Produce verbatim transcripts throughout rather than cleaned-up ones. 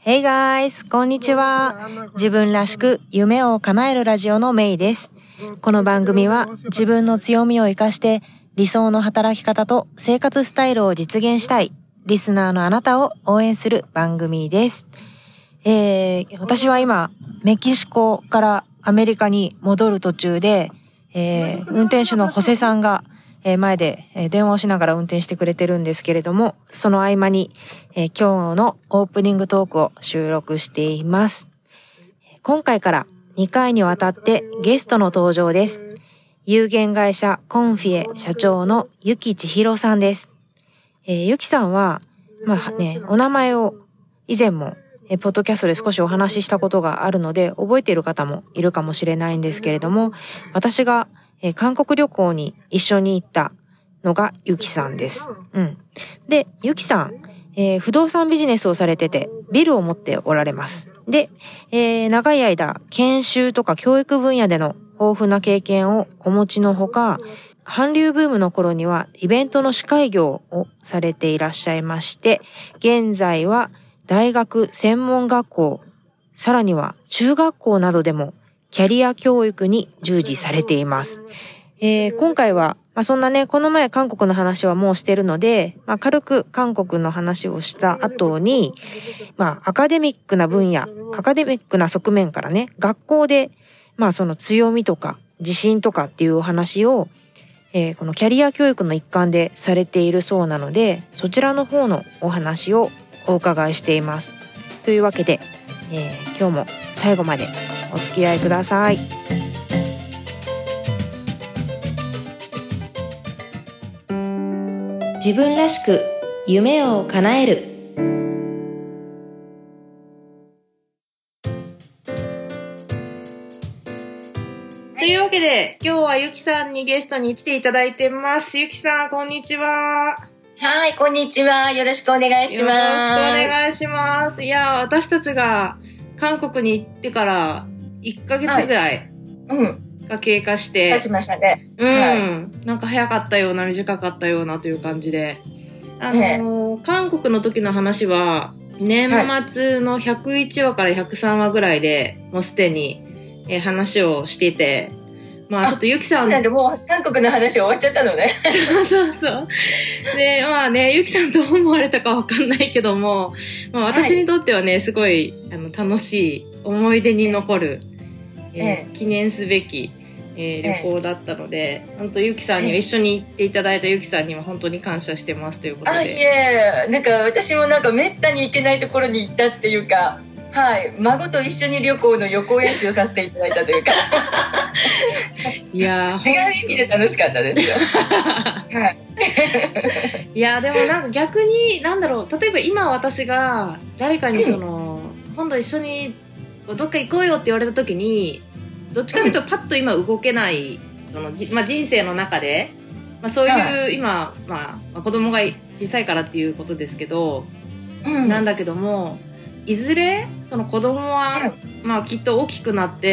Hey guys! こんにちは。自分らしく夢を叶えるラジオのメイです。この番組は自分の強みを生かして理想の働き方と生活スタイルを実現したいリスナーのあなたを応援する番組です。えー、私は今メキシコからアメリカに戻る途中で、えー、運転手のホセさんが前で電話をしながら運転してくれてるんですけれども、その合間に今日のオープニングトークを収録しています。今回からにかいにわたってゲストの登場です。有限会社コンフィエ社長のゆきちひろさんです。えー、ゆきさんは、まあね、お名前を以前もポッドキャストで少しお話ししたことがあるので覚えている方もいるかもしれないんですけれども、私がえー、韓国旅行に一緒に行ったのがゆきさんです。うん。で、ゆきさん、えー、不動産ビジネスをされてて、ビルを持っておられます。で、えー、長い間、研修とか教育分野での豊富な経験をお持ちのほか、韓流ブームの頃にはイベントの司会業をされていらっしゃいまして、現在は大学専門学校、さらには中学校などでもキャリア教育に従事されています。えー、今回は、まあ、そんなね、この前韓国の話はもうしてるので、まあ、軽く韓国の話をした後に、まあ、アカデミックな分野、アカデミックな側面からね、学校で、まあ、その強みとか自信とかっていうお話を、えー、このキャリア教育の一環でされているそうなので、そちらの方のお話をお伺いしています。というわけで、えー、今日も最後までお付き合いください。自分らしく夢を叶える。というわけで今日はゆきさんにゲストに来ていただいてます。ゆきさん、こんにちは。 はい、こんにちは。よろしくお願いします。 よろしくお願いします。いや、私たちが韓国に行ってからいっかげつぐらいが経過して、 はい、うん、経ちましたね。 うん、はい、なんか早かったような短かったようなという感じで、あのー、韓国の時の話は年末のひゃくいちわからひゃくさんわぐらいでもうすでに、えー、話をしていて、まあちょっとゆきさん、 そうなんで、もう韓国の話終わっちゃったのね。 そうそうそう。で、まあね、ゆきさんどう思われたかわかんないけども、まあ、私にとってはね、すごいあの楽しい思い出に残る、えーえー、記念すべき、えー、旅行だったので、えー、本当ゆきさんには一緒に行っていただいたゆきさんには本当に感謝してますということで。 あ、いえ、なんか私もなんかめったに行けないところに行ったっていうか、はい、孫と一緒に旅行の予行演習をさせていただいたというかいや違う意味で楽しかったですよ、はい、 いやでもなんか逆になんだろう、例えば今私が誰かにその、うん、今度一緒にどっか行こうよって言われた時にどっちかというとパッと今動けない、うん、そのじ、まあ、人生の中で、まあ、そういう、はい、今、まあ、子供が小さいからっていうことですけど、うん、なんだけどもいずれその子供は、うん、まあきっと大きくなって、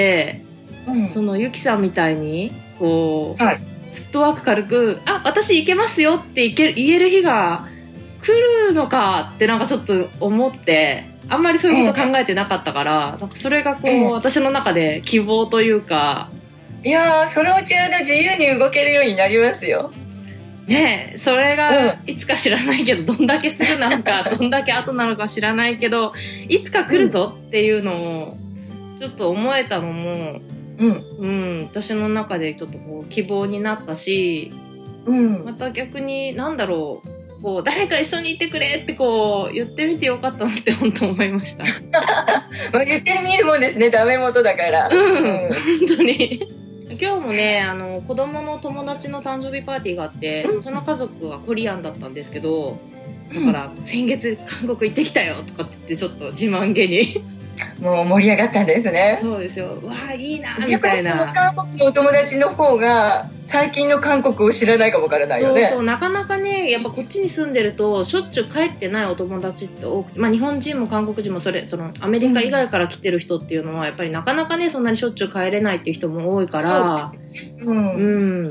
うん、そのゆきさんみたいにこう、はい、フットワーク軽くあ私行けますよって言え、言える日が来るのかってなんかちょっと思ってあんまりそういうこと考えてなかったから、うん、なんかそれがこう、うん、私の中で希望というか、 いやーそのうちは自由に動けるようになりますよねえ、それがいつか知らないけど、うん、どんだけすぐなのかどんだけ後なのか知らないけどいつか来るぞっていうのをちょっと思えたのも、うんうん、私の中でちょっとこう希望になったし、うん、また逆に何だろう、こう誰か一緒にいてくれってこう言ってみてよかったなって本当思いました言ってみるもんですね、ダメ元だから、 うん、うん、本当に今日もね、あの子供の友達の誕生日パーティーがあって、その家族はコリアンだったんですけど、だから先月韓国行ってきたよとかって言ってちょっと自慢げにもう盛り上がったんですね。 そうですよ、わあいいなみたいな。 逆にその韓国のお友達の方が最近の韓国を知らないかもわからないよね。 そうそう、なかなかねやっぱこっちに住んでるとしょっちゅう帰ってないお友達って多くて、まあ、日本人も韓国人もそれそのアメリカ以外から来てる人っていうのはやっぱりなかなかねそんなにしょっちゅう帰れないっていう人も多いから、そうですね、うん、うん、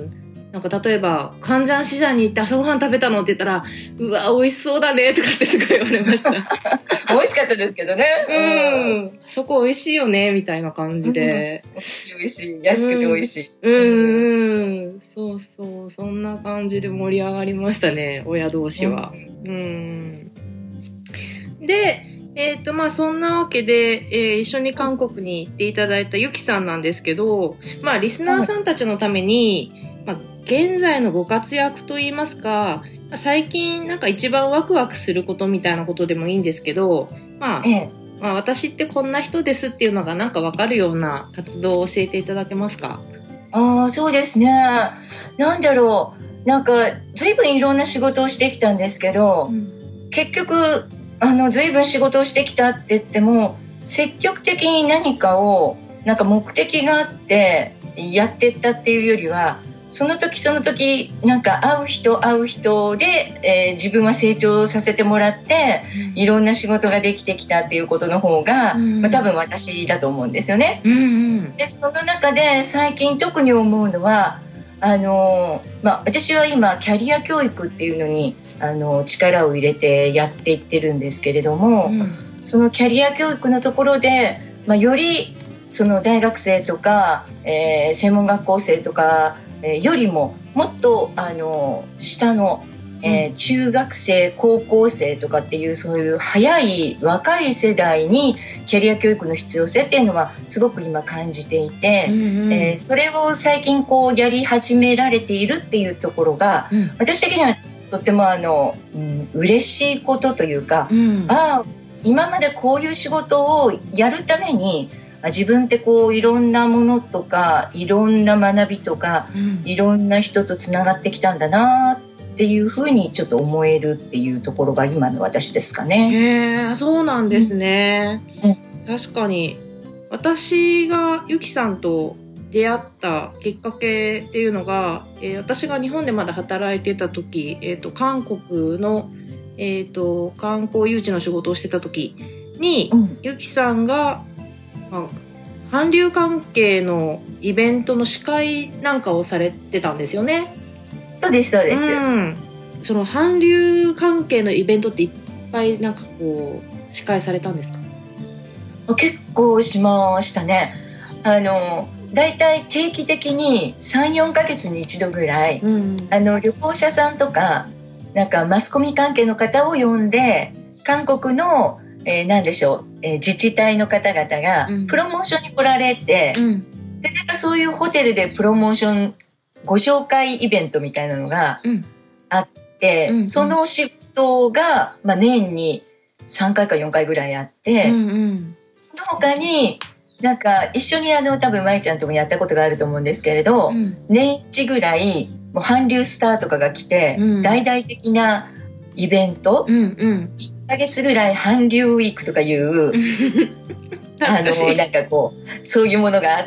なんか例えばカンジャンシジャンに行って朝ごはん食べたのって言ったら、うわ美味しそうだねとかってすごい言われました。 美味しかったですけどね。 うん、そこ美味しいよねみたいな感じで、 美味しい美味しい、安くて美味しい。 うん、うん、そうそう、そんな感じで盛り上がりましたね、親同士は。うん、うん、で、えっとまあそんなわけで、えー、一緒に韓国に行っていただいたゆきさんなんですけど、まあリスナーさんたちのために、まあ、現在のご活躍といいますか、最近なんか一番ワクワクすることみたいなことでもいいんですけど、まあ、ええ、まあ私ってこんな人ですっていうのがなんかわかるような活動を教えていただけますか？ ああ、そうですね。なんだろう、なんか随分いろんな仕事をしてきたんですけど、うん、結局あの随分仕事をしてきたって言っても、積極的に何かをなんか目的があってやっていったっていうよりは、その時その時なんか会う人会う人で、えー、自分は成長させてもらって、うん、いろんな仕事ができてきたっていうことの方が、うんまあ、多分私だと思うんですよね、うんうん、でその中で最近特に思うのはあの、まあ、私は今キャリア教育っていうのにあの力を入れてやっていってるんですけれども、うん、そのキャリア教育のところで、まあ、よりその大学生とか、えー、専門学校生とかよりももっとあの下の、えー、中学生高校生とかっていうそういう早い若い世代にキャリア教育の必要性っていうのはすごく今感じていて、うんうんえー、それを最近こうやり始められているっていうところが、うん、私的にはとってもあの、うん、嬉しいことというか、うん、ああ今までこういう仕事をやるために自分ってこういろんなものとかいろんな学びとか、うん、いろんな人とつながってきたんだなっていうふうにちょっと思えるっていうところが今の私ですかね。 へー、そうなんですね、うん、確かに私がゆきさんと出会ったきっかけっていうのが、えー、私が日本でまだ働いてた時、えーと、韓国の、えーと、観光誘致の仕事をしてた時に、うん、ゆきさんがまあ、韓流関係のイベントの司会なんかをされてたんですよね。 そうですそうです、うん、 その韓流関係のイベントっていっぱいなんかこう司会されたんですか？ 結構しましたね。あのだいたい定期的に さん,よん ヶ月に一度ぐらい、うん、あの旅行者さんとかなんかマスコミ関係の方を呼んで韓国のえー、何でしょう、えー、自治体の方々がプロモーションに来られて、うん、でなんかそういうホテルでプロモーションご紹介イベントみたいなのがあって、うん、その仕事が、まあ、年にさんかいかよんかいぐらいあって、うんうん、その他になんか一緒にあの多分まいちゃんともやったことがあると思うんですけれど、うん、年一ぐらいもう韓流スターとかが来て、うん、大々的なイベント、うんうん、いっかげつぐらい韓流ウィークとかいうあのなんかこうそういうものがあって、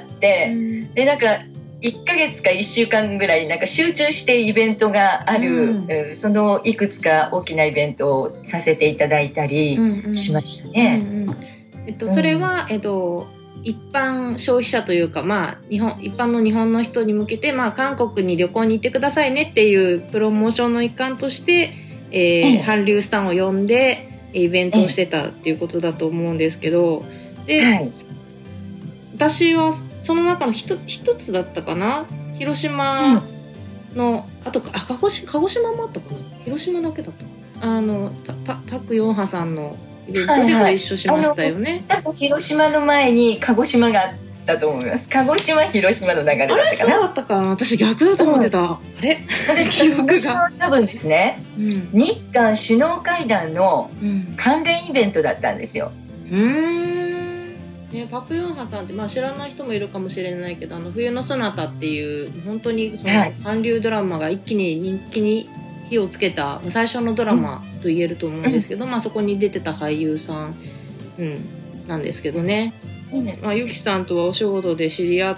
うん、でなんかいっかげつかいっしゅうかんぐらいなんか集中してイベントがある、うん、そのいくつか大きなイベントをさせていただいたりしましたね。うんうんえっと、それは、えっと、一般消費者というか、まあ、日本一般の日本の人に向けて、まあ、韓国に旅行に行ってくださいねっていうプロモーションの一環としてえー、韓流スターを呼んでイベントをしてたっていうことだと思うんですけど、で、はい、私はその中の一つだったかな、広島の、うん、あとあ鹿児島、鹿児島もあったかな、広島だけだったあのパパクヨンハさんのイベントでご一緒しましたよね。 はいはい、広島の前に鹿児島があったと思います。鹿児島広島の流れだったかな。あれそうだったかな、私逆だと思ってた、うん、あれ記憶が多分ですね、うん、日韓首脳会談の関連イベントだったんですよ。 うーん、ね、パクヨンハさんって、まあ、知らない人もいるかもしれないけど、あの冬のソナタっていう本当にその韓流ドラマが一気に人気に火をつけた最初のドラマと言えると思うんですけど、うんまあ、そこに出てた俳優さん、うん、なんですけどね、まあ、ゆきさんとはお仕事で知り合って、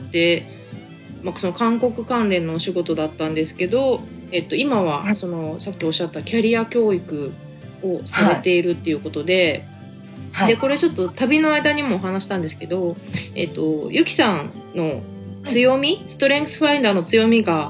まあ、その韓国関連のお仕事だったんですけど、えっと、今はそのさっきおっしゃったキャリア教育をされているっていうことで、はい、でこれちょっと旅の間にもお話したんですけど、えっと、ゆきさんの強み、ストレングスファインダーの強みが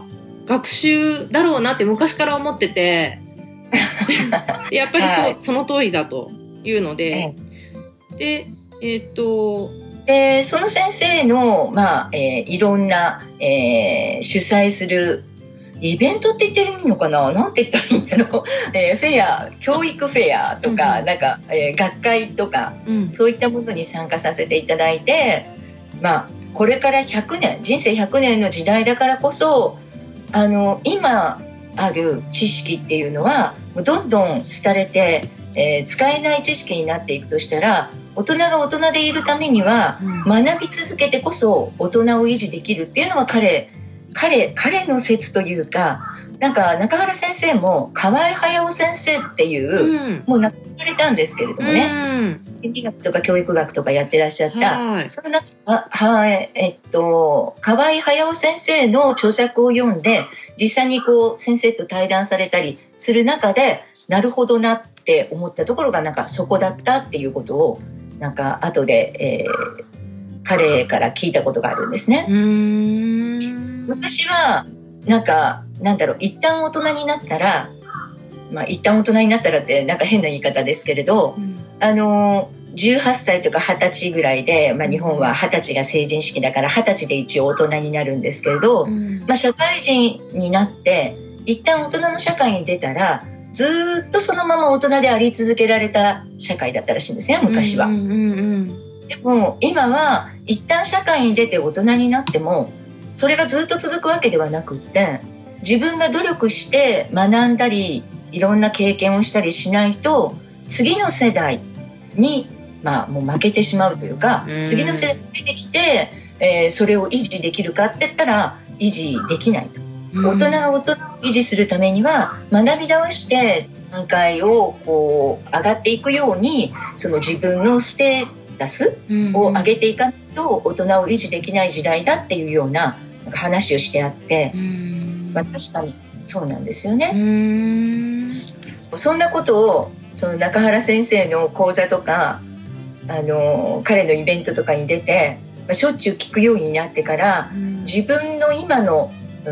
学習だろうなって昔から思っててやっぱり そ,、はい、その通りだというので、ええ、で、えー、っとでその先生の、まあえー、いろんな、えー、主催するイベントって言ってるのかな、なんて言ったらいいんだろう、えー、フェア、教育フェアとか、うん、なんか、えー、学会とか、うん、そういったものに参加させていただいて、まあこれからひゃくねん、人生ひゃくねんの時代だからこそ、あの今ある知識っていうのはどんどん廃れて、えー、使えない知識になっていくとしたら、大人が大人でいるためには、うん、学び続けてこそ大人を維持できるっていうのが彼彼彼の説というか、なんか中原先生も河合隼先生っていう、うん、もう亡くなられたんですけれどもね、うん、心理学とか教育学とかやってらっしゃった、はい、その中はえっと河合隼先生の著作を読んで、実際にこう先生と対談されたりする中で、なるほどなって思ったところがなんかそこだったっていうことをなんか後で、えー、彼から聞いたことがあるんですね。うーん、昔はなんかなんだろう、一旦大人になったら、まあ一旦大人になったらってなんか変な言い方ですけれど、うん、あのじゅうはっさいとかはたちぐらいで、まあ、日本ははたちが成人式だからはたちで一応大人になるんですけれど、うん、まあ、社会人になって一旦大人の社会に出たらずっとそのまま大人であり続けられた社会だったらしいんですね、昔は。うんうんうんうん、でも今は一旦社会に出て大人になってもそれがずっと続くわけではなくって、自分が努力して学んだりいろんな経験をしたりしないと次の世代に、まあ、もう負けてしまうというか、うん、次の世代が出てきて、えー、それを維持できるかって言ったら維持できないと、うん、大人が大人を維持するためには学び直して段階をこう上がっていくように、その自分のステータスを上げていかないと大人を維持できない時代だっていうような話をしてあって、うん、まあ、確かにそうなんですよね。うん、そんなことをその中原先生の講座とかあの彼のイベントとかに出て、まあ、しょっちゅう聞くようになってから、うん、自分の今の、うん、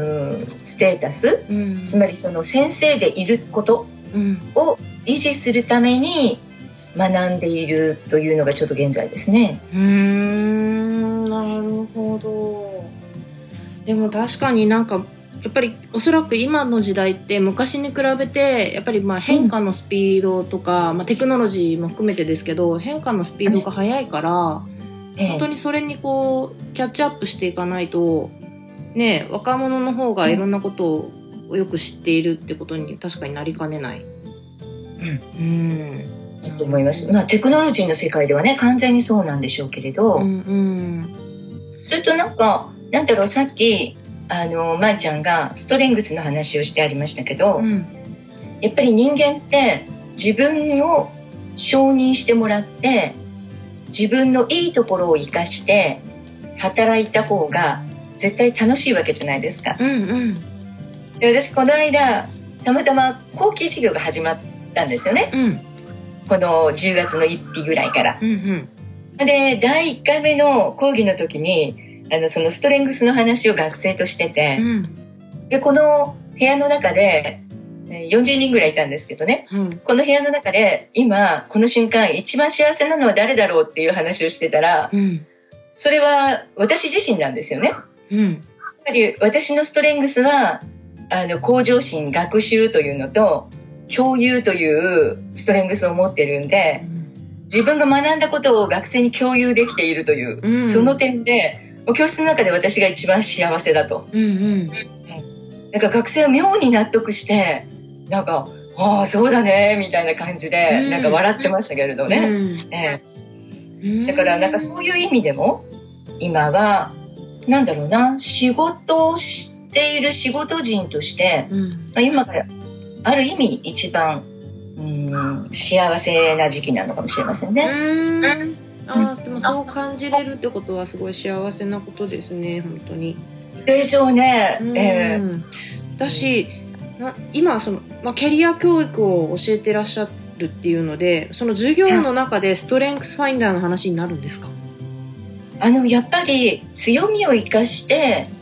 ステータス、うん、つまりその先生でいることを維持するために学んでいるというのがちょっと現在ですね。 うーん、なるほど。でも確かになんかやっぱりおそらく今の時代って昔に比べてやっぱりまあ変化のスピードとか、うん、まあ、テクノロジーも含めてですけど変化のスピードが速いから、ええ、本当にそれにこうキャッチアップしていかないとね、若者の方がいろんなことをよく知っているってことに確かになりかねない。うん、 うん、だと思います。まあテクノロジーの世界ではね完全にそうなんでしょうけれど、うんうん、それとなんかなんだろう、さっきあのまいちゃんがストレングスの話をしてありましたけど、うん、やっぱり人間って自分を承認してもらって自分のいいところを生かして働いた方が絶対楽しいわけじゃないですか。うんうん、で私この間たまたま後期授業が始まったんですよね、うん、このじゅうがつのついたちぐらいから、うんうん、でだいいっかいめの講義の時にあのそのストレングスの話を学生としてて、うん、でこの部屋の中でよんじゅうにんぐらいいたんですけどね、うん、この部屋の中で今この瞬間一番幸せなのは誰だろうっていう話をしてたら、うん、それは私自身なんですよね、うん、つまり私のストレングスはあの向上心、学習というのと共有というストレングスを持ってるんで、うん、自分が学んだことを学生に共有できているという、うん、その点で教室の中で私が一番幸せだと、うんうん、なんか学生は妙に納得してなんかああそうだねみたいな感じで、うん、なんか笑ってましたけれどね、うんえー、だからなんかそういう意味でも今はなんだろうな、仕事をしている仕事人として、うんまあ、今からある意味一番うん幸せな時期なのかもしれませんね。うんあでもそう感じれるってことはすごい幸せなことですね、本当に。 でしょうね。うん、えー、だしな今その、まあ、キャリア教育を教えてらっしゃるっていうので、その授業の中でストレングスファインダーの話になるんですか？ あのやっぱり強みを生かして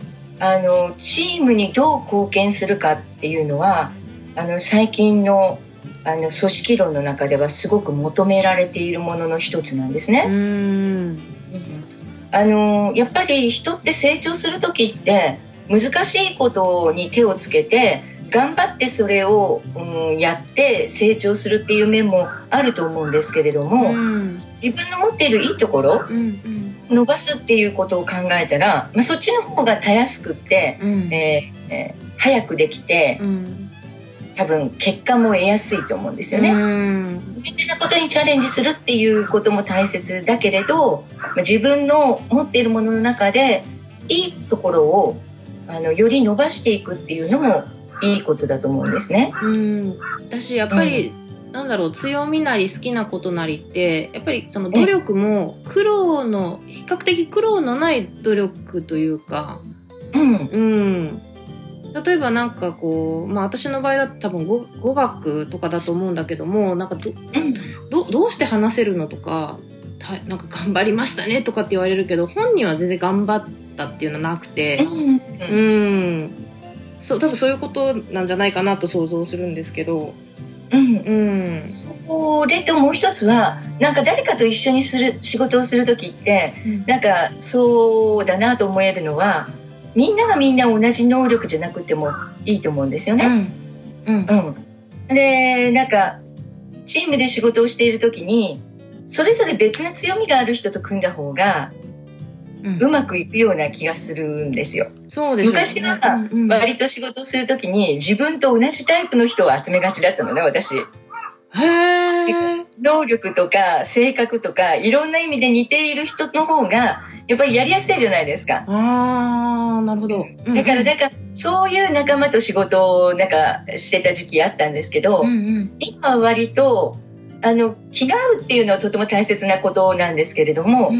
あのチームにどう貢献するかっていうのはあの最近のあの組織論の中ではすごく求められているものの一つなんですね。 うーんあのやっぱり人って成長する時って難しいことに手をつけて頑張ってそれを、うん、やって成長するっていう面もあると思うんですけれども、うん、自分の持っているいいところ、うんうん、伸ばすっていうことを考えたら、まあ、そっちの方がたやすくって、うんえーえー、早くできて、うん、多分結果も得やすいと思うんですよね。苦手なことにチャレンジするっていうことも大切だけれど、自分の持っているものの中でいいところをあのより伸ばしていくっていうのもいいことだと思うんですね。 うん、私やっぱり、うん、なんだろう強みなり好きなことなりってやっぱりその努力も苦労の比較的苦労のない努力というか、 うんうん例えばなんかこう、まあ、私の場合だと多分 語, 語学とかだと思うんだけどもなんか ど, ど, どうして話せるのとかなんか頑張りましたねとかって言われるけど本人は全然頑張ったっていうのはなくて、うん、うんそう多分そういうことなんじゃないかなと想像するんですけど、 うんうん、それともう一つはなんか誰かと一緒にする仕事をする時って、うん、なんかそうだなと思えるのはみんながみんな同じ能力じゃなくてもいいと思うんですよね。うんうんうん、でなんかチームで仕事をしている時にそれぞれ別な強みがある人と組んだ方がうまくいくような気がするんですよ。 そうですね、 昔は割と仕事をするときに自分と同じタイプの人を集めがちだったのね私。 へー。 能力とか性格とかいろんな意味で似ている人の方がやっぱりやりやすいじゃないですか。 あーなるほど、うんうん、 だからなんかそういう仲間と仕事をなんかしてた時期あったんですけど、うんうん、今は割とあの気が合うっていうのはとても大切なことなんですけれども、うんうん、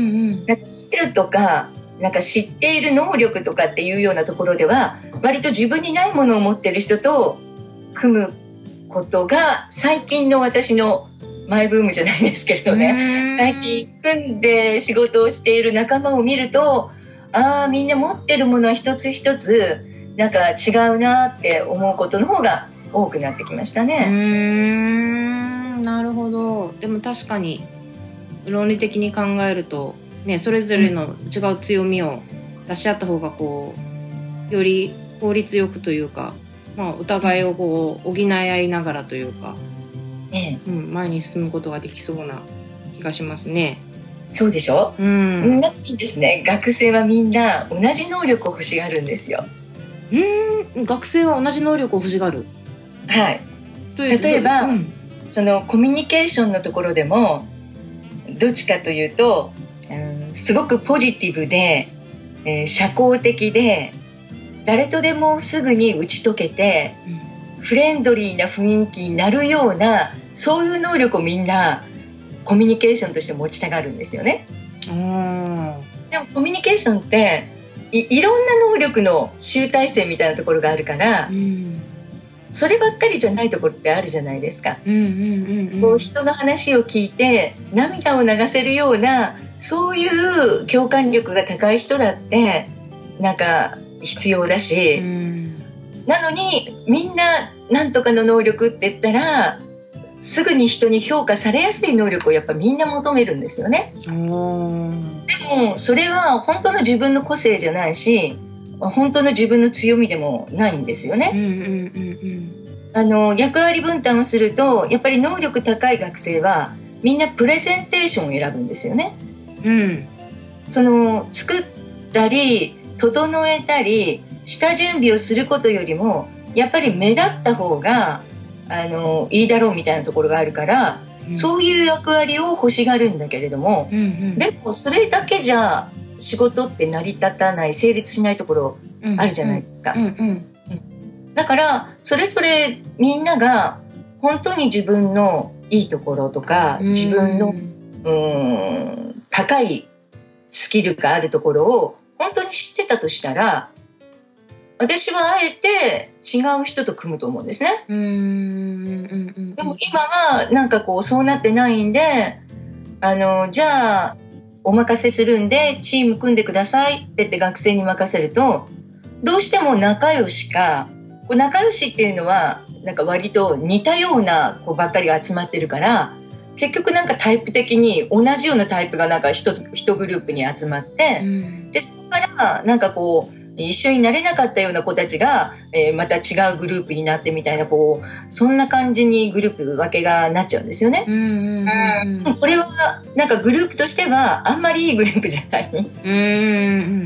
なんかスキルとかなんか知っている能力とかっていうようなところでは割と自分にないものを持っている人と組むことが最近の私のマイブームじゃないですけれどね、最近組んで仕事をしている仲間を見るとああみんな持ってるものは一つ一つなんか違うなって思うことの方が多くなってきましたね。 うーんなるほど。でも確かに論理的に考えると、ね、それぞれの違う強みを出し合った方がこうより効率よくというか、まあ、お互いをこう補い合いながらというか、 ねうん、前に進むことができそうな気がしますね。 そうでしょ、うん、なのにですね学生はみんな同じ能力を欲しがるんですよ。 うーん学生は同じ能力を欲しがる。 はい。例えば、うん、そのコミュニケーションのところでもどっちかというと、うん、すごくポジティブで、えー、社交的で誰とでもすぐに打ち解けて、うん、フレンドリーな雰囲気になるようなそういう能力をみんなコミュニケーションとして持ちたがるんですよね。 うん、 でもコミュニケーションって い, いろんな能力の集大成みたいなところがあるから、うん、そればっかりじゃないところってあるじゃないですか、 うんうんうんうん、 こう人の話を聞いて涙を流せるようなそういう共感力が高い人だってなんか必要だし、うん、なのにみんななんとかの能力って言ったらすぐに人に評価されやすい能力をやっぱみんな求めるんですよね。でもそれは本当の自分の個性じゃないし本当の自分の強みでもないんですよね、うんうんうんうん、あの役割分担をするとやっぱり能力高い学生はみんなプレゼンテーションを選ぶんですよね、うん、その作ったり整えたり下準備をすることよりもやっぱり目立った方があのいいだろうみたいなところがあるから、うん、そういう役割を欲しがるんだけれども、うんうん、でもそれだけじゃ仕事って成り立たない成立しないところあるじゃないですか、うんうんうん、だからそれぞれみんなが本当に自分のいいところとか、うん、自分のうーん高いスキルがあるところを本当に知ってたとしたら私はあえて違う人と組むと思うんですね。うーん、うんうん、でも今はなんかこうそうなってないんであのじゃあお任せするんでチーム組んでくださいって言って学生に任せるとどうしても仲良しか、こう仲良しっていうのはなんか割と似たような子ばっかりが集まってるから、結局なんかタイプ的に同じようなタイプがなんか一つ一グループに集まって、うん、でそこからなんかこう一緒になれなかったような子たちが、えー、また違うグループになってみたいな、こうそんな感じにグループ分けがなっちゃうんですよね。うんうんうんうん、これはなんかグループとしてはあんまりいいグループじゃない。うんうん、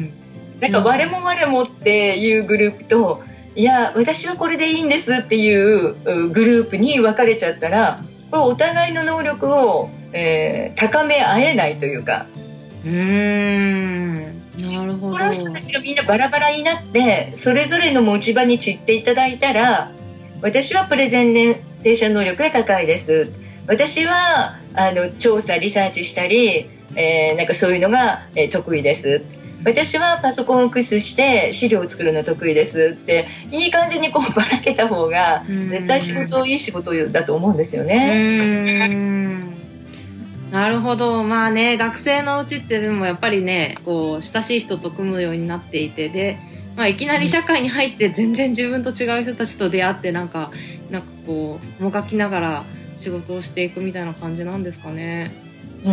なんか我も我もっていうグループと、いや私はこれでいいんですっていうグループに分かれちゃったら、これお互いの能力を、えー、高め合えないというか、うーん、なるほど。この人たちがみんなバラバラになってそれぞれの持ち場に散っていただいたら、私はプレゼンテーション能力が高いです、私はあの調査リサーチしたり、えー、なんかそういうのが、えー、得意です、私はパソコンを駆使して資料を作るの得意ですっていい感じにこうばらけた方が絶対仕事いい仕事だと思うんですよね。うーん、 なるほど。まあね、学生のうちってでもやっぱりね、こう親しい人と組むようになっていて、で、まあ、いきなり社会に入って全然自分と違う人たちと出会って、なんかなんかこうもがきながら仕事をしていくみたいな感じなんですかね。 うん、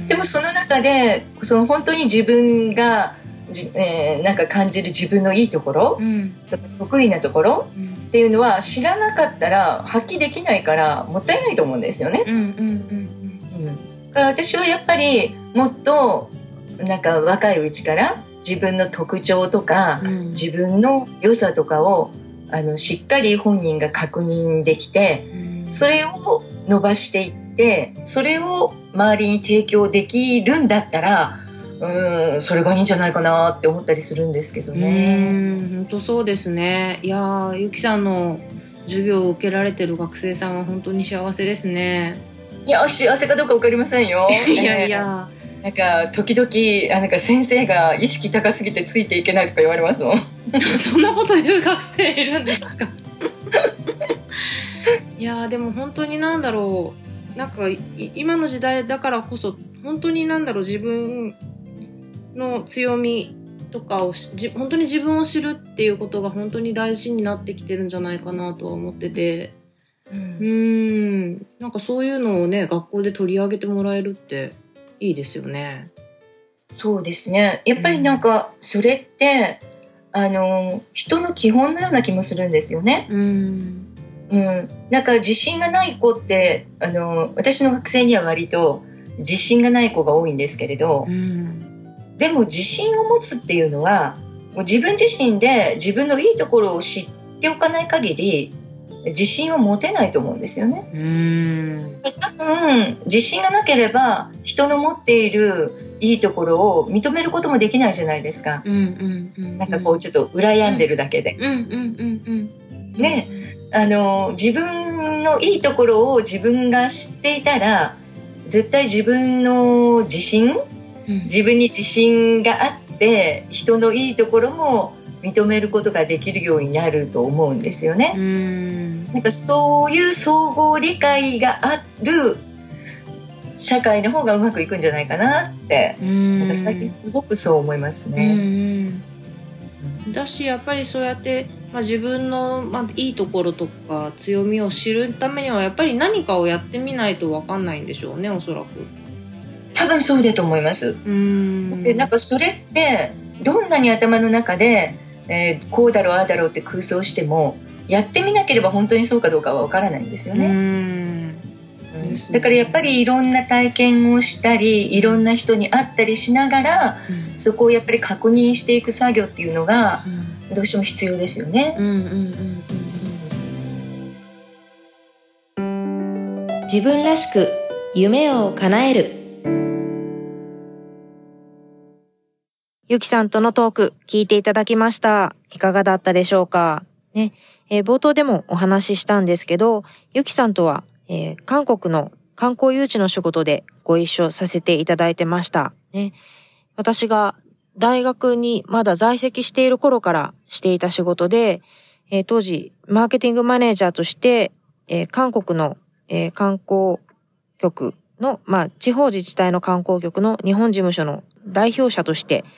でもその中でその本当に自分がじ、えー、なんか感じる自分のいいところ、うん、得意なところっていうのは知らなかったら発揮できないからもったいないと思うんですよね。うんうんうんうん、私はやっぱりもっとなんか若いうちから自分の特徴とか、うん、自分の良さとかをあのしっかり本人が確認できて、うん、それを伸ばしていってそれを周りに提供できるんだったら、うん、それがいいんじゃないかなって思ったりするんですけどね。 うん、本当そうですね。いやゆきさんの授業を受けられてる学生さんは本当に幸せですね。 いや幸せかどうか分かりませんよ。 いやいや、 なんか時々あなんか先生が意識高すぎてついていけないとか言われますもん。 そんなこと言う学生いるんですか。いやでも本当になんだろう、なんか今の時代だからこそ本当になんだろう、自分の強みとかをじ本当に自分を知るっていうことが本当に大事になってきてるんじゃないかなとは思ってて、うん、うーんなんかそういうのをね学校で取り上げてもらえるっていいですよね。 そうですね、やっぱりなんかそれって、うん、あの人の基本のような気もするんですよね。うんうん、なんか自信がない子ってあの私の学生には割と自信がない子が多いんですけれど、うん、でも自信を持つっていうのはもう自分自身で自分のいいところを知っておかない限り自信を持てないと思うんですよね。うーん多分自信がなければ人の持っているいいところを認めることもできないじゃないですか。うんうんうんうん、なんかこうちょっと羨んでるだけで、うんうんうんうん、ね、あの自分のいいところを自分が知っていたら絶対自分の自信、うん、自分に自信があって人のいいところも認めることができるようになると思うんですよね。うーんなんかそういう総合理解がある社会の方がうまくいくんじゃないかなってなんか最近すごくそう思いますね。うんだしやっぱりそうやって、まあ、自分の、まあ、いいところとか強みを知るためにはやっぱり何かをやってみないと分かんないんでしょうね、おそらく。 多分そうだと思います。うーんでなんかそれってどんなに頭の中で、えー、こうだろうああだろうって空想してもやってみなければ本当にそうかどうかは分からないんですよね。うーんだからやっぱりいろんな体験をしたりいろんな人に会ったりしながら、うん、そこをやっぱり確認していく作業っていうのがどうしても必要ですよね。 自分らしく夢を叶える。ゆきさんとのトーク聞いていただきました。いかがだったでしょうかね、えー、冒頭でもお話ししたんですけど、ゆきさんとはえー、韓国の観光誘致の仕事でご一緒させていただいてました。ね、私が大学にまだ在籍している頃からしていた仕事で、えー、当時マーケティングマネージャーとして、えー、韓国の、えー、観光局の、まあ、地方自治体の観光局の日本事務所の代表者として、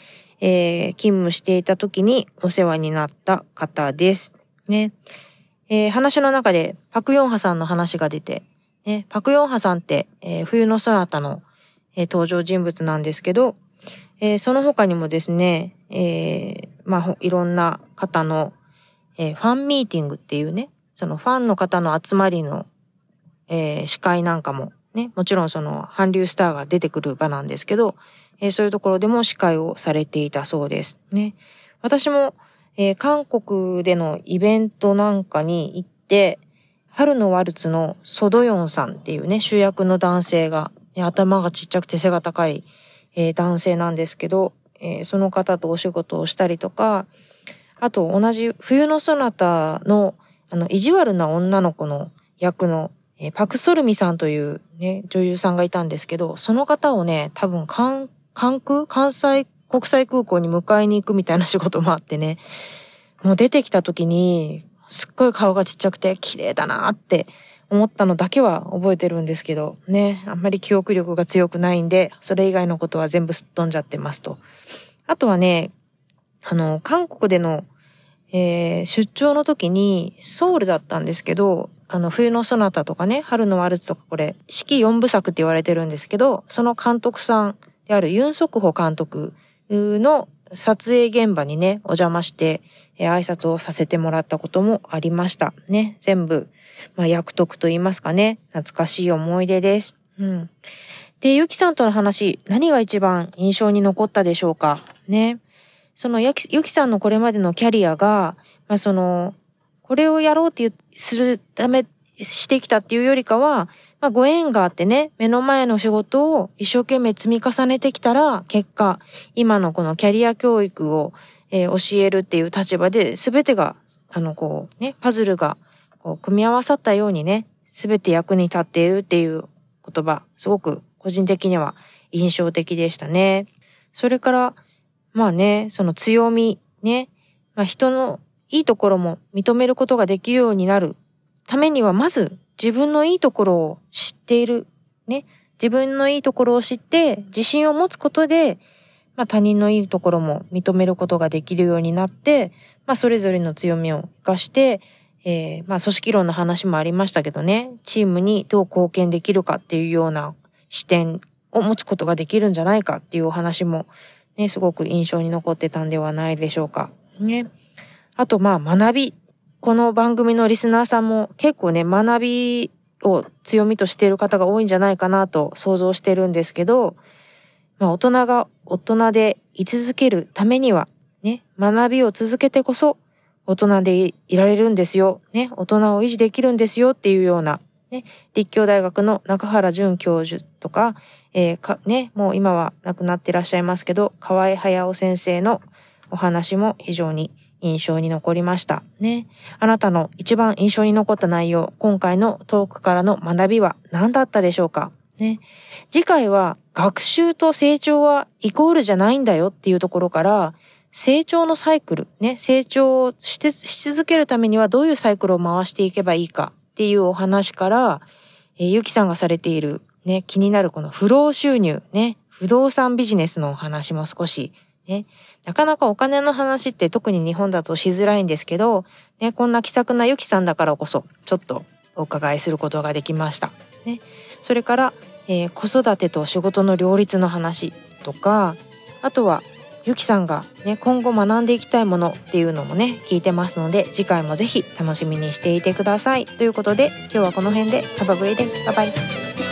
えー、勤務していた時にお世話になった方です。ね。えー、話の中でパクヨンハさんの話が出て、ね、パクヨンハさんって、えー、冬のソナタの、えー、登場人物なんですけど、えー、その他にもですね、えー、まあ、いろんな方の、えー、ファンミーティングっていうね、そのファンの方の集まりの、えー、司会なんかもね、もちろんその韓流スターが出てくる場なんですけど、えー、そういうところでも司会をされていたそうですね。私も、えー、韓国でのイベントなんかに行って、春のワルツのソドヨンさんっていうね、主役の男性が、頭がちっちゃくて背が高い、えー、男性なんですけど、えー、その方とお仕事をしたりとか、あと同じ冬のソナタの、あの、意地悪な女の子の役の、えー、パクソルミさんというね、女優さんがいたんですけど、その方をね、多分関、関空関西国際空港に迎えに行くみたいな仕事もあってね、もう出てきた時に、すっごい顔がちっちゃくて綺麗だなって思ったのだけは覚えてるんですけど、ね、あんまり記憶力が強くないんで、それ以外のことは全部すっ飛んじゃってますと。あとはね、あの、韓国での、えー、出張の時にソウルだったんですけど、あの、冬のソナタとかね、春のワルツとかこれ、四季四部作って言われてるんですけど、その監督さんであるユン・ソクホ監督の撮影現場にね、お邪魔して、えー、挨拶をさせてもらったこともありました。ね、全部、まあ、役得と言いますかね、懐かしい思い出です。うん。で、ゆきさんとの話、何が一番印象に残ったでしょうかね。そのゆき、ゆきさんのこれまでのキャリアが、まあ、その、これをやろうってするため、してきたっていうよりかは、まあ、ご縁があってね、目の前の仕事を一生懸命積み重ねてきたら、結果、今のこのキャリア教育を、えー、教えるっていう立場で、すべてが、あの、こう、ね、パズルが、こう、組み合わさったようにね、すべて役に立っているっていう言葉、すごく個人的には印象的でしたね。それから、まあね、その強み、ね、まあ人のいいところも認めることができるようになるためには、まず自分のいいところを知っている、ね、自分のいいところを知って自信を持つことで、まあ他人のいいところも認めることができるようになって、まあそれぞれの強みを生かして、えー、まあ組織論の話もありましたけどね、チームにどう貢献できるかっていうような視点を持つことができるんじゃないかっていうお話もね、すごく印象に残ってたんではないでしょうか。ね。あとまあ学び。この番組のリスナーさんも結構ね、学びを強みとしている方が多いんじゃないかなと想像してるんですけど、まあ大人が大人で居続けるためには、ね、学びを続けてこそ大人で い, いられるんですよ。ね、大人を維持できるんですよっていうような、ね、立教大学の中原淳教授とか、えー、か、ね、もう今は亡くなっていらっしゃいますけど、河合隼先生のお話も非常に印象に残りました。ね。あなたの一番印象に残った内容、今回のトークからの学びは何だったでしょうか。ね。次回は学習と成長はイコールじゃないんだよっていうところから、成長のサイクル、ね、成長して、し続けるためにはどういうサイクルを回していけばいいかっていうお話から、えー、ゆきさんがされているね、気になるこの不労収入、ね、不動産ビジネスのお話も少し、ね、なかなかお金の話って特に日本だとしづらいんですけど、ね、こんな気さくなゆきさんだからこそ、ちょっとお伺いすることができました。ね、それから、えー、子育てと仕事の両立の話とか、あとは、ゆきさんがね、今後学んでいきたいものっていうのもね、聞いてますので、次回もぜひ楽しみにしていてください。ということで、今日はこの辺で、Have a great day. Bye bye.